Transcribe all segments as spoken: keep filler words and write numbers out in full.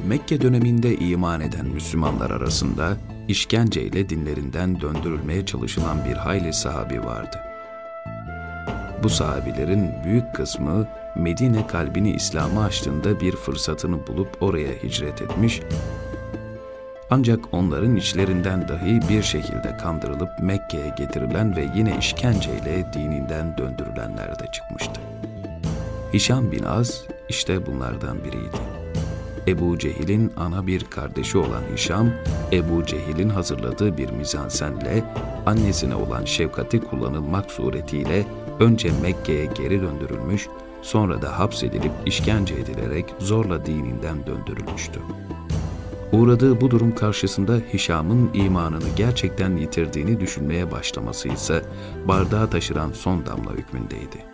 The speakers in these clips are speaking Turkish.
Mekke döneminde iman eden Müslümanlar arasında işkenceyle dinlerinden döndürülmeye çalışılan bir hayli sahabi vardı. Bu sahabilerin büyük kısmı Medine kalbini İslam'a açtığında bir fırsatını bulup oraya hicret etmiş, ancak onların içlerinden dahi bir şekilde kandırılıp Mekke'ye getirilen ve yine işkenceyle dininden döndürülenler de çıkmıştı. Hişam bin Az işte bunlardan biriydi. Ebu Cehil'in ana bir kardeşi olan Hişam, Ebu Cehil'in hazırladığı bir mizansenle annesine olan şefkati kullanılmak suretiyle önce Mekke'ye geri döndürülmüş, sonra da hapsedilip işkence edilerek zorla dininden döndürülmüştü. Uğradığı bu durum karşısında Hişam'ın imanını gerçekten yitirdiğini düşünmeye başlaması ise bardağı taşıran son damla hükmündeydi.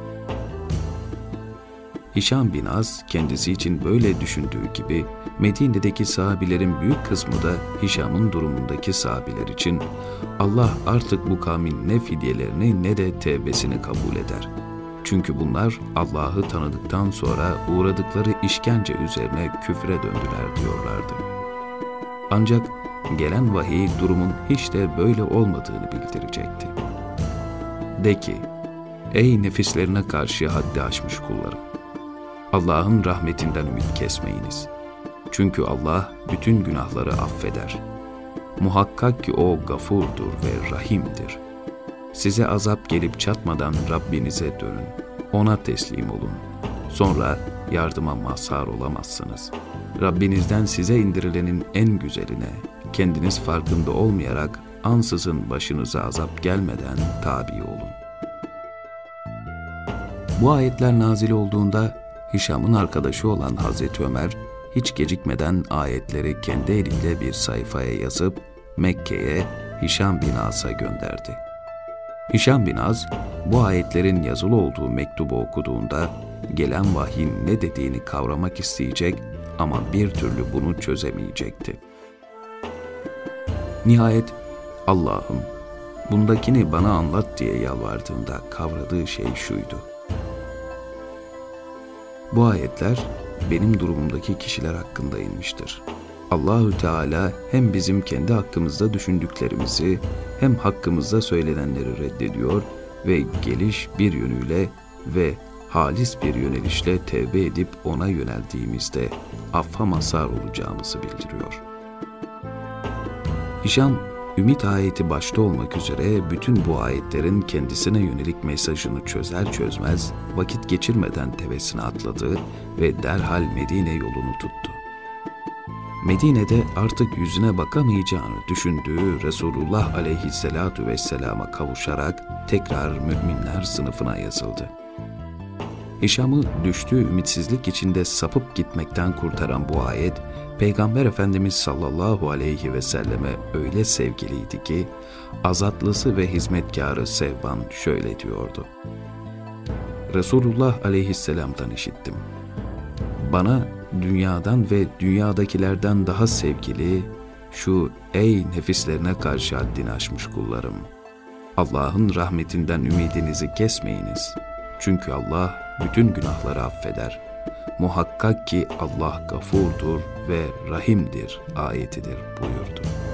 Hişam bin Az kendisi için böyle düşündüğü gibi Medine'deki sahabilerin büyük kısmı da Hişam'ın durumundaki sahabiler için Allah artık bu kavmin ne fidyelerini ne de tevbesini kabul eder. Çünkü bunlar Allah'ı tanıdıktan sonra uğradıkları işkence üzerine küfre döndüler diyorlardı. Ancak gelen vahiy durumun hiç de böyle olmadığını bildirecekti. De ki, ey nefislerine karşı haddi aşmış kullarım! Allah'ın rahmetinden ümit kesmeyiniz. Çünkü Allah bütün günahları affeder. Muhakkak ki O gafurdur ve rahimdir. Size azap gelip çatmadan Rabbinize dönün. Ona teslim olun. Sonra yardıma mazhar olamazsınız. Rabbinizden size indirilenin en güzeline, kendiniz farkında olmayarak ansızın başınıza azap gelmeden tabi olun. Bu ayetler nazil olduğunda Hişam'ın arkadaşı olan Hazreti Ömer hiç gecikmeden ayetleri kendi eliyle bir sayfaya yazıp Mekke'ye Hişam bin Az'a gönderdi. Hişam bin Az bu ayetlerin yazılı olduğu mektubu okuduğunda gelen vahyin ne dediğini kavramak isteyecek ama bir türlü bunu çözemeyecekti. Nihayet Allah'ım bundakini bana anlat diye yalvardığında kavradığı şey şuydu: bu ayetler benim durumumdaki kişiler hakkında inmiştir. Allahü Teala hem bizim kendi hakkımızda düşündüklerimizi hem hakkımızda söylenenleri reddediyor ve geliş bir yönüyle ve halis bir yönelişle tevbe edip ona yöneldiğimizde affa mazhar olacağımızı bildiriyor. Hişam, Ümit ayeti başta olmak üzere bütün bu ayetlerin kendisine yönelik mesajını çözer çözmez vakit geçirmeden tevessüne atladı ve derhal Medine yolunu tuttu. Medine'de artık yüzüne bakamayacağını düşündüğü Resulullah aleyhissalatu vesselama kavuşarak tekrar müminler sınıfına yazıldı. Hişam'ı düştüğü ümitsizlik içinde sapıp gitmekten kurtaran bu ayet, Peygamber Efendimiz sallallahu aleyhi ve selleme öyle sevgiliydi ki, azatlısı ve hizmetkarı Sevban şöyle diyordu: Resulullah aleyhisselam'dan işittim. Bana dünyadan ve dünyadakilerden daha sevgili şu ey nefislerine karşı haddini aşmış kullarım, Allah'ın rahmetinden ümidinizi kesmeyiniz. Çünkü Allah bütün günahları affeder. Muhakkak ki Allah gafurdur ve rahimdir ayetidir buyurdu.